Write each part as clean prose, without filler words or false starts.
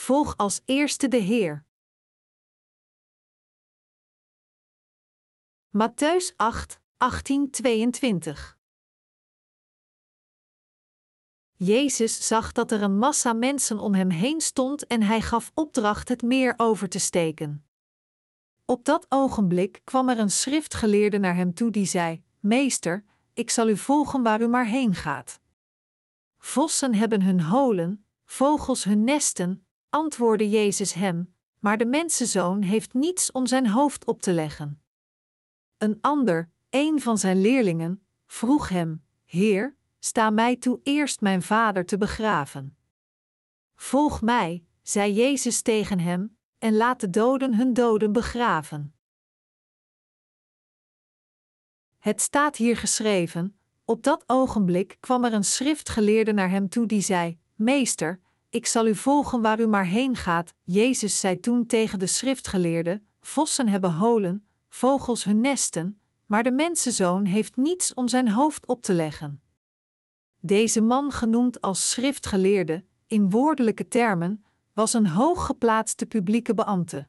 volg als eerste de Heer. Mattheüs 8, 18-22. Jezus zag dat er een massa mensen om hem heen stond en hij gaf opdracht het meer over te steken. Op dat ogenblik kwam er een schriftgeleerde naar hem toe die zei: Meester, ik zal u volgen waar u maar heen gaat. Vossen hebben hun holen, vogels hun nesten, antwoordde Jezus hem, maar de mensenzoon heeft niets om zijn hoofd op te leggen. Een ander, een van zijn leerlingen, vroeg hem: Heer, sta mij toe eerst mijn vader te begraven. Volg mij, zei Jezus tegen hem, en laat de doden hun doden begraven. Het staat hier geschreven: op dat ogenblik kwam er een schriftgeleerde naar hem toe die zei: Meester, ik zal u volgen waar u maar heen gaat. Jezus zei toen tegen de schriftgeleerde: Vossen hebben holen, vogels hun nesten, maar de mensenzoon heeft niets om zijn hoofd op te leggen. Deze man, genoemd als schriftgeleerde, in woordelijke termen, was een hooggeplaatste publieke beambte.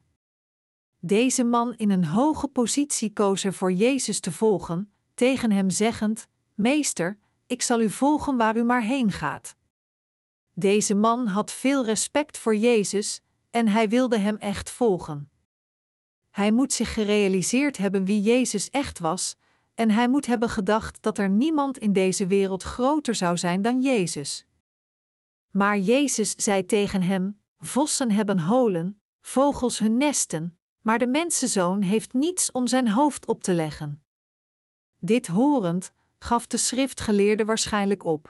Deze man in een hoge positie koos er voor Jezus te volgen, tegen hem zeggend: Meester, ik zal u volgen waar u maar heen gaat. Deze man had veel respect voor Jezus en hij wilde hem echt volgen. Hij moet zich gerealiseerd hebben wie Jezus echt was, en hij moet hebben gedacht dat er niemand in deze wereld groter zou zijn dan Jezus. Maar Jezus zei tegen hem: Vossen hebben holen, vogels hun nesten, maar de mensenzoon heeft niets om zijn hoofd op te leggen. Dit horend, gaf de schriftgeleerde waarschijnlijk op.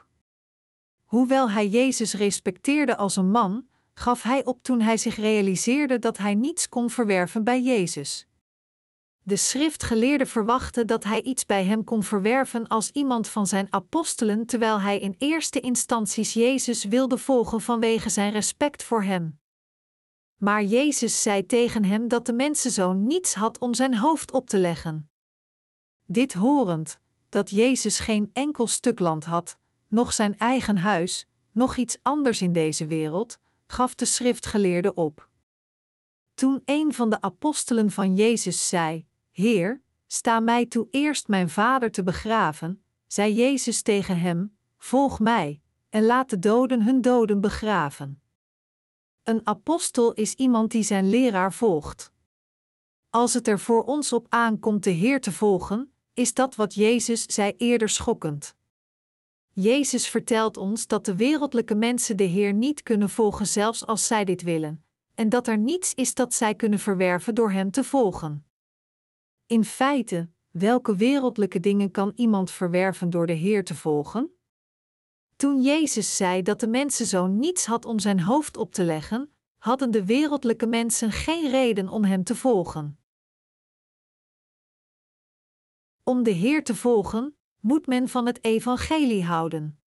Hoewel hij Jezus respecteerde als een man, gaf hij op toen hij zich realiseerde dat hij niets kon verwerven bij Jezus. De schriftgeleerde verwachtte dat hij iets bij hem kon verwerven als iemand van zijn apostelen, terwijl hij in eerste instantie Jezus wilde volgen vanwege zijn respect voor hem. Maar Jezus zei tegen hem dat de mensenzoon niets had om zijn hoofd op te leggen. Dit horend, dat Jezus geen enkel stuk land had, noch zijn eigen huis, noch iets anders in deze wereld, gaf de schriftgeleerde op. Toen een van de apostelen van Jezus zei: Heer, sta mij toe eerst mijn vader te begraven, zei Jezus tegen hem: Volg mij, en laat de doden hun doden begraven. Een apostel is iemand die zijn leraar volgt. Als het er voor ons op aankomt de Heer te volgen, is dat wat Jezus zei eerder schokkend. Jezus vertelt ons dat de wereldlijke mensen de Heer niet kunnen volgen zelfs als zij dit willen, en dat er niets is dat zij kunnen verwerven door hem te volgen. In feite, welke wereldlijke dingen kan iemand verwerven door de Heer te volgen? Toen Jezus zei dat de mensenzoon niets had om zijn hoofd op te leggen, hadden de wereldlijke mensen geen reden om hem te volgen. Om de Heer te volgen, moet men van het evangelie houden.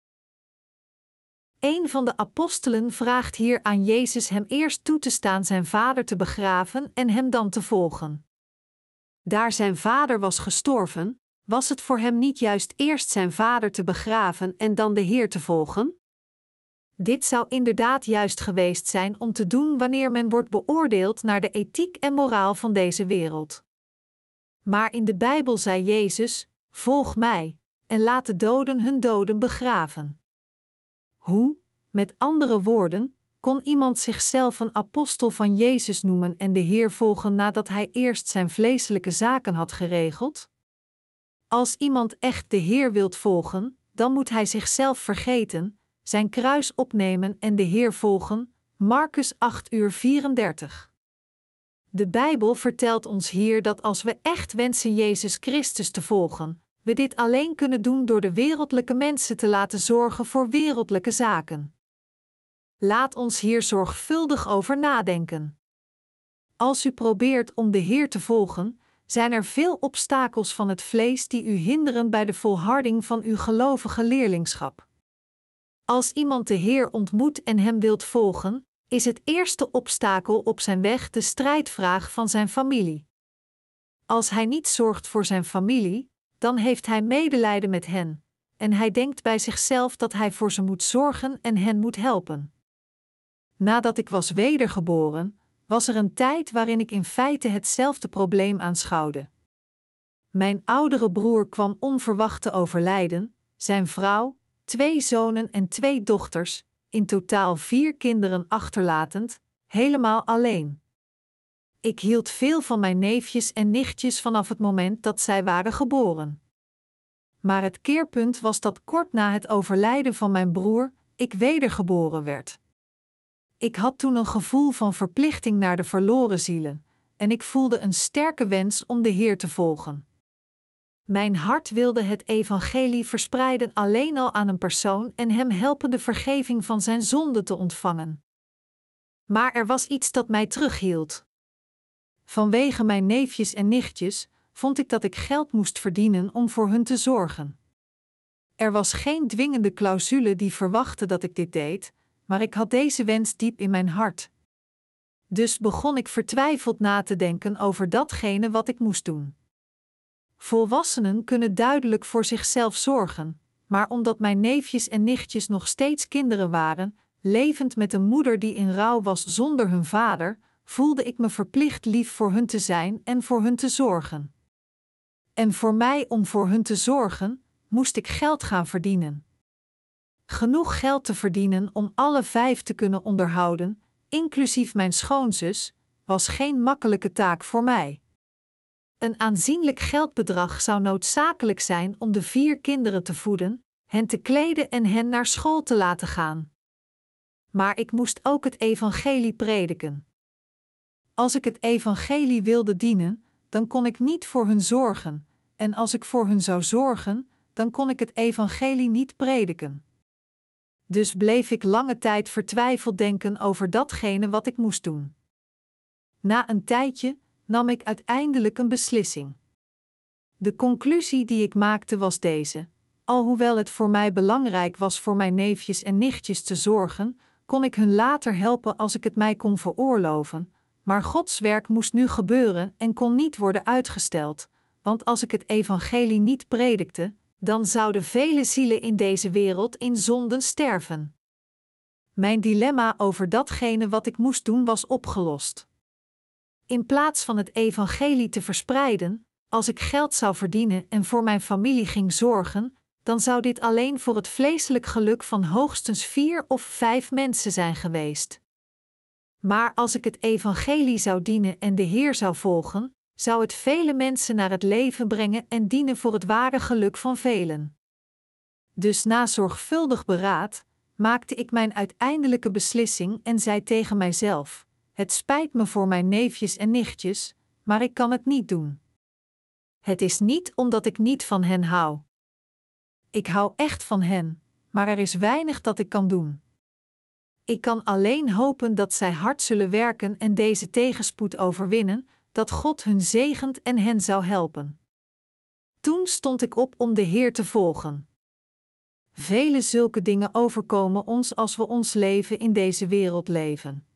Een van de apostelen vraagt hier aan Jezus hem eerst toe te staan zijn vader te begraven en hem dan te volgen. Daar zijn vader was gestorven, was het voor hem niet juist eerst zijn vader te begraven en dan de Heer te volgen? Dit zou inderdaad juist geweest zijn om te doen wanneer men wordt beoordeeld naar de ethiek en moraal van deze wereld. Maar in de Bijbel zei Jezus: Volg mij, en laat de doden hun doden begraven. Hoe, met andere woorden, kon iemand zichzelf een apostel van Jezus noemen en de Heer volgen nadat hij eerst zijn vleeselijke zaken had geregeld? Als iemand echt de Heer wilt volgen, dan moet hij zichzelf vergeten, zijn kruis opnemen en de Heer volgen. Markus 8:34. De Bijbel vertelt ons hier dat als we echt wensen Jezus Christus te volgen, we dit alleen kunnen doen door de wereldlijke mensen te laten zorgen voor wereldlijke zaken. Laat ons hier zorgvuldig over nadenken. Als u probeert om de Heer te volgen, zijn er veel obstakels van het vlees die u hinderen bij de volharding van uw gelovige leerlingschap. Als iemand de Heer ontmoet en hem wilt volgen, is het eerste obstakel op zijn weg de strijdvraag van zijn familie. Als hij niet zorgt voor zijn familie, dan heeft hij medelijden met hen, en hij denkt bij zichzelf dat hij voor ze moet zorgen en hen moet helpen. Nadat ik was wedergeboren, was er een tijd waarin ik in feite hetzelfde probleem aanschouwde. Mijn oudere broer kwam onverwacht te overlijden, zijn vrouw, 2 zonen en 2 dochters, in totaal 4 kinderen achterlatend, helemaal alleen. Ik hield veel van mijn neefjes en nichtjes vanaf het moment dat zij waren geboren. Maar het keerpunt was dat kort na het overlijden van mijn broer, ik wedergeboren werd. Ik had toen een gevoel van verplichting naar de verloren zielen, en ik voelde een sterke wens om de Heer te volgen. Mijn hart wilde het evangelie verspreiden alleen al aan een persoon en hem helpen de vergeving van zijn zonde te ontvangen. Maar er was iets dat mij terughield. Vanwege mijn neefjes en nichtjes vond ik dat ik geld moest verdienen om voor hun te zorgen. Er was geen dwingende clausule die verwachtte dat ik dit deed, maar ik had deze wens diep in mijn hart. Dus begon ik vertwijfeld na te denken over datgene wat ik moest doen. Volwassenen kunnen duidelijk voor zichzelf zorgen, maar omdat mijn neefjes en nichtjes nog steeds kinderen waren, levend met een moeder die in rouw was zonder hun vader, voelde ik me verplicht lief voor hun te zijn en voor hun te zorgen. En voor mij om voor hun te zorgen, moest ik geld gaan verdienen. Genoeg geld te verdienen om alle 5 te kunnen onderhouden, inclusief mijn schoonzus, was geen makkelijke taak voor mij. Een aanzienlijk geldbedrag zou noodzakelijk zijn om de 4 kinderen te voeden, hen te kleden en hen naar school te laten gaan. Maar ik moest ook het evangelie prediken. Als ik het evangelie wilde dienen, dan kon ik niet voor hun zorgen, en als ik voor hun zou zorgen, dan kon ik het evangelie niet prediken. Dus bleef ik lange tijd vertwijfeld denken over datgene wat ik moest doen. Na een tijdje nam ik uiteindelijk een beslissing. De conclusie die ik maakte was deze: alhoewel het voor mij belangrijk was voor mijn neefjes en nichtjes te zorgen, kon ik hun later helpen als ik het mij kon veroorloven, maar Gods werk moest nu gebeuren en kon niet worden uitgesteld, want als ik het evangelie niet predikte, dan zouden vele zielen in deze wereld in zonden sterven. Mijn dilemma over datgene wat ik moest doen was opgelost. In plaats van het evangelie te verspreiden, als ik geld zou verdienen en voor mijn familie ging zorgen, dan zou dit alleen voor het vleeselijk geluk van hoogstens 4 of 5 mensen zijn geweest. Maar als ik het evangelie zou dienen en de Heer zou volgen, zou het vele mensen naar het leven brengen en dienen voor het ware geluk van velen. Dus na zorgvuldig beraad, maakte ik mijn uiteindelijke beslissing en zei tegen mijzelf: het spijt me voor mijn neefjes en nichtjes, maar ik kan het niet doen. Het is niet omdat ik niet van hen hou. Ik hou echt van hen, maar er is weinig dat ik kan doen. Ik kan alleen hopen dat zij hard zullen werken en deze tegenspoed overwinnen, dat God hun zegent en hen zou helpen. Toen stond ik op om de Heer te volgen. Vele zulke dingen overkomen ons als we ons leven in deze wereld leven.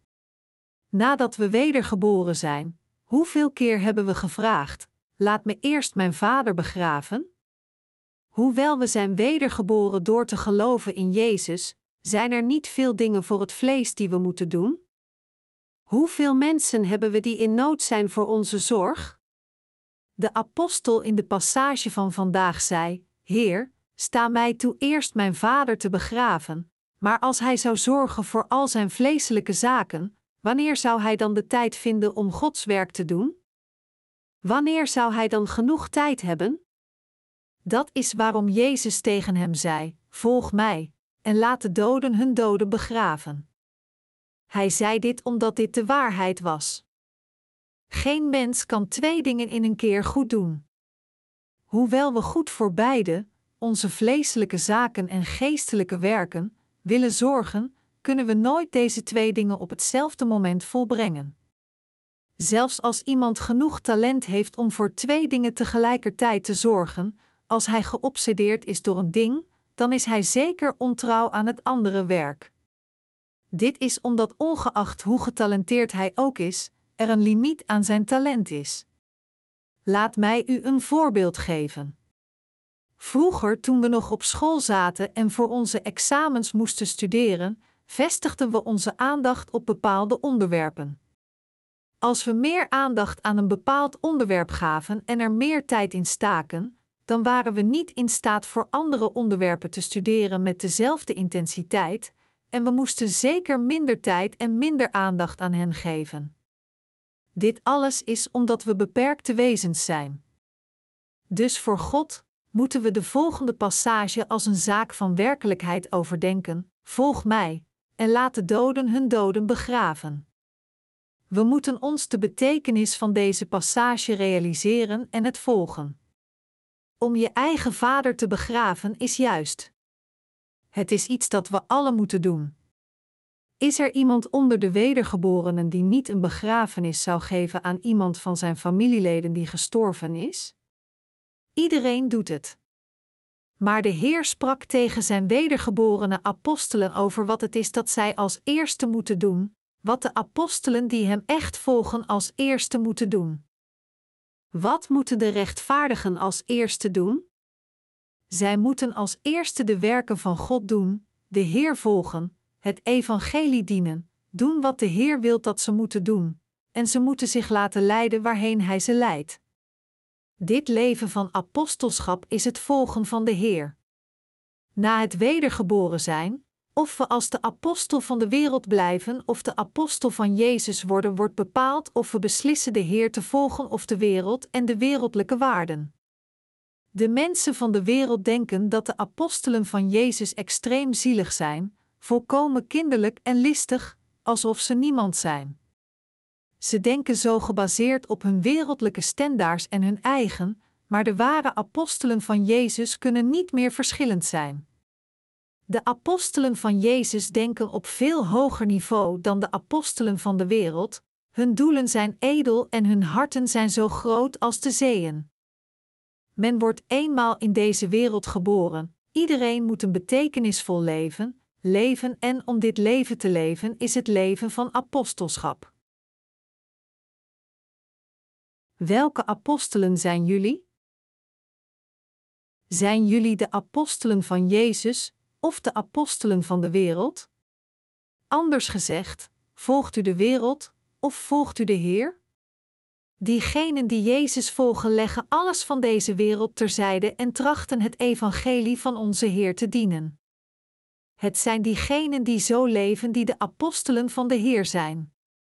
Nadat we wedergeboren zijn, hoeveel keer hebben we gevraagd: laat me eerst mijn vader begraven? Hoewel we zijn wedergeboren door te geloven in Jezus, zijn er niet veel dingen voor het vlees die we moeten doen? Hoeveel mensen hebben we die in nood zijn voor onze zorg? De apostel in de passage van vandaag zei: Heer, sta mij toe eerst mijn vader te begraven, maar als hij zou zorgen voor al zijn vleeselijke zaken, wanneer zou hij dan de tijd vinden om Gods werk te doen? Wanneer zou hij dan genoeg tijd hebben? Dat is waarom Jezus tegen hem zei: volg mij, en laat de doden hun doden begraven. Hij zei dit omdat dit de waarheid was. Geen mens kan 2 dingen in een keer goed doen. Hoewel we goed voor beide, onze vleeselijke zaken en geestelijke werken, willen zorgen, kunnen we nooit deze 2 dingen op hetzelfde moment volbrengen. Zelfs als iemand genoeg talent heeft om voor 2 dingen tegelijkertijd te zorgen, als hij geobsedeerd is door een ding, dan is hij zeker ontrouw aan het andere werk. Dit is omdat ongeacht hoe getalenteerd hij ook is, er een limiet aan zijn talent is. Laat mij u een voorbeeld geven. Vroeger, toen we nog op school zaten en voor onze examens moesten studeren, vestigden we onze aandacht op bepaalde onderwerpen. Als we meer aandacht aan een bepaald onderwerp gaven en er meer tijd in staken, dan waren we niet in staat voor andere onderwerpen te studeren met dezelfde intensiteit, en we moesten zeker minder tijd en minder aandacht aan hen geven. Dit alles is omdat we beperkte wezens zijn. Dus voor God moeten we de volgende passage als een zaak van werkelijkheid overdenken: volg mij, en laat de doden hun doden begraven. We moeten ons de betekenis van deze passage realiseren en het volgen. Om je eigen vader te begraven is juist. Het is iets dat we allen moeten doen. Is er iemand onder de wedergeborenen die niet een begrafenis zou geven aan iemand van zijn familieleden die gestorven is? Iedereen doet het. Maar de Heer sprak tegen zijn wedergeborene apostelen over wat het is dat zij als eerste moeten doen, wat de apostelen die hem echt volgen als eerste moeten doen. Wat moeten de rechtvaardigen als eerste doen? Zij moeten als eerste de werken van God doen, de Heer volgen, het evangelie dienen, doen wat de Heer wil dat ze moeten doen, en ze moeten zich laten leiden waarheen Hij ze leidt. Dit leven van apostelschap is het volgen van de Heer. Na het wedergeboren zijn, of we als de apostel van de wereld blijven of de apostel van Jezus worden, wordt bepaald of we beslissen de Heer te volgen of de wereld en de wereldlijke waarden. De mensen van de wereld denken dat de apostelen van Jezus extreem zielig zijn, volkomen kinderlijk en listig, alsof ze niemand zijn. Ze denken zo gebaseerd op hun wereldlijke standaards en hun eigen, maar de ware apostelen van Jezus kunnen niet meer verschillend zijn. De apostelen van Jezus denken op veel hoger niveau dan de apostelen van de wereld, hun doelen zijn edel en hun harten zijn zo groot als de zeeën. Men wordt eenmaal in deze wereld geboren, iedereen moet een betekenisvol leven en om dit leven te leven is het leven van apostelschap. Welke apostelen zijn jullie? Zijn jullie de apostelen van Jezus of de apostelen van de wereld? Anders gezegd, volgt u de wereld of volgt u de Heer? Diegenen die Jezus volgen leggen alles van deze wereld terzijde en trachten het evangelie van onze Heer te dienen. Het zijn diegenen die zo leven die de apostelen van de Heer zijn.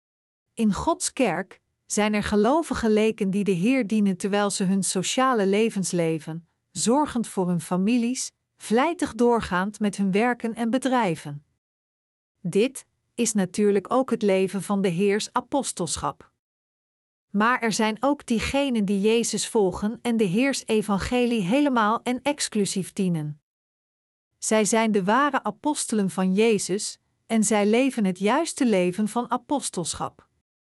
In Gods kerk zijn er gelovige leken die de Heer dienen terwijl ze hun sociale levens leven, zorgend voor hun families, vlijtig doorgaand met hun werken en bedrijven. Dit is natuurlijk ook het leven van de Heers apostelschap. Maar er zijn ook diegenen die Jezus volgen en de Heers evangelie helemaal en exclusief dienen. Zij zijn de ware apostelen van Jezus en zij leven het juiste leven van apostelschap.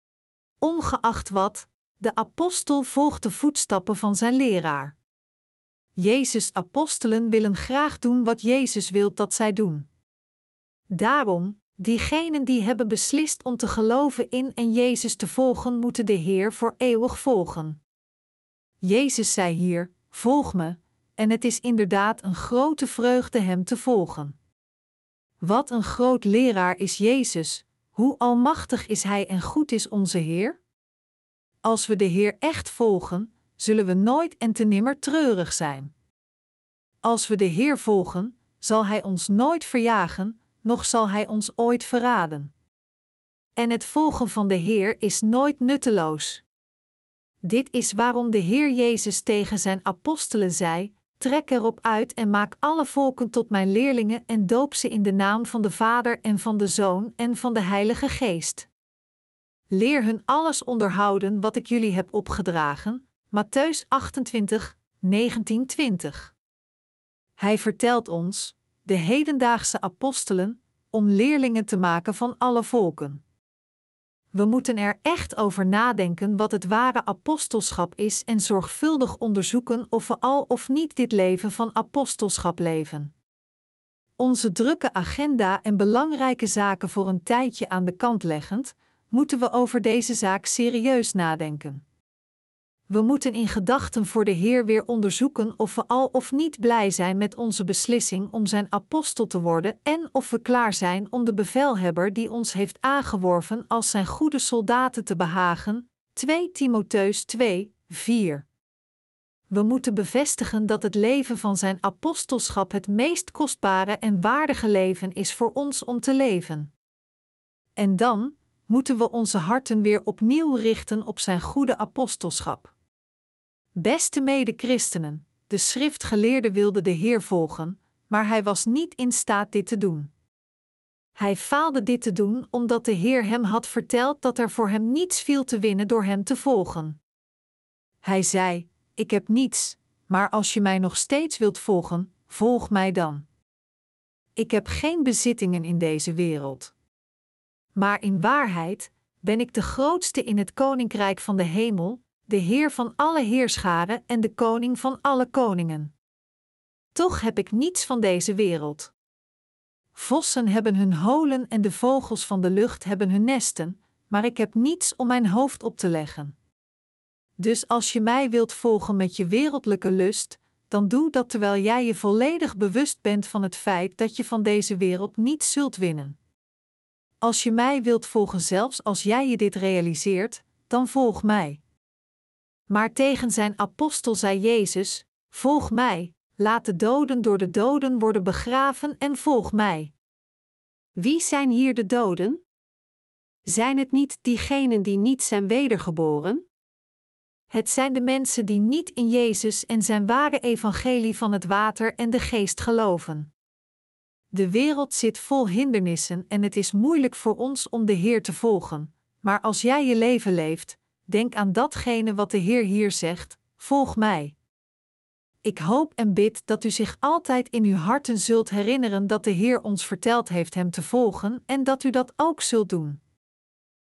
Ongeacht wat, de apostel volgt de voetstappen van zijn leraar. Jezus' apostelen willen graag doen wat Jezus wil dat zij doen. Daarom, diegenen die hebben beslist om te geloven in en Jezus te volgen, moeten de Heer voor eeuwig volgen. Jezus zei hier: volg me, en het is inderdaad een grote vreugde hem te volgen. Wat een groot leraar is Jezus, hoe almachtig is Hij en goed is onze Heer? Als we de Heer echt volgen, zullen we nooit en te nimmer treurig zijn. Als we de Heer volgen, zal Hij ons nooit verjagen, noch zal Hij ons ooit verraden. En het volgen van de Heer is nooit nutteloos. Dit is waarom de Heer Jezus tegen zijn apostelen zei: trek erop uit en maak alle volken tot mijn leerlingen en doop ze in de naam van de Vader en van de Zoon en van de Heilige Geest. Leer hun alles onderhouden wat ik jullie heb opgedragen. Mattheüs 28, 19-20. Hij vertelt ons, de hedendaagse apostelen, om leerlingen te maken van alle volken. We moeten er echt over nadenken wat het ware apostelschap is en zorgvuldig onderzoeken of we al of niet dit leven van apostelschap leven. Onze drukke agenda en belangrijke zaken voor een tijdje aan de kant leggend, moeten we over deze zaak serieus nadenken. We moeten in gedachten voor de Heer weer onderzoeken of we al of niet blij zijn met onze beslissing om zijn apostel te worden en of we klaar zijn om de bevelhebber die ons heeft aangeworven als zijn goede soldaten te behagen. 2 Timotheus 2, 4. We moeten bevestigen dat het leven van zijn apostelschap het meest kostbare en waardige leven is voor ons om te leven. En dan moeten we onze harten weer opnieuw richten op zijn goede apostelschap. Beste mede-christenen, de schriftgeleerde wilde de Heer volgen, maar hij was niet in staat dit te doen. Hij faalde dit te doen omdat de Heer hem had verteld dat er voor hem niets viel te winnen door hem te volgen. Hij zei: ik heb niets, maar als je mij nog steeds wilt volgen, volg mij dan. Ik heb geen bezittingen in deze wereld. Maar in waarheid ben ik de grootste in het koninkrijk van de hemel, de Heer van alle heerscharen en de koning van alle koningen. Toch heb ik niets van deze wereld. Vossen hebben hun holen en de vogels van de lucht hebben hun nesten, maar ik heb niets om mijn hoofd op te leggen. Dus als je mij wilt volgen met je wereldlijke lust, dan doe dat terwijl jij je volledig bewust bent van het feit dat je van deze wereld niets zult winnen. Als je mij wilt volgen zelfs als jij je dit realiseert, dan volg mij. Maar tegen zijn apostel zei Jezus: volg mij, laat de doden door de doden worden begraven en volg mij. Wie zijn hier de doden? Zijn het niet diegenen die niet zijn wedergeboren? Het zijn de mensen die niet in Jezus en zijn ware evangelie van het water en de geest geloven. De wereld zit vol hindernissen en het is moeilijk voor ons om de Heer te volgen, maar als jij je leven leeft, denk aan datgene wat de Heer hier zegt: volg mij. Ik hoop en bid dat u zich altijd in uw harten zult herinneren dat de Heer ons verteld heeft hem te volgen en dat u dat ook zult doen.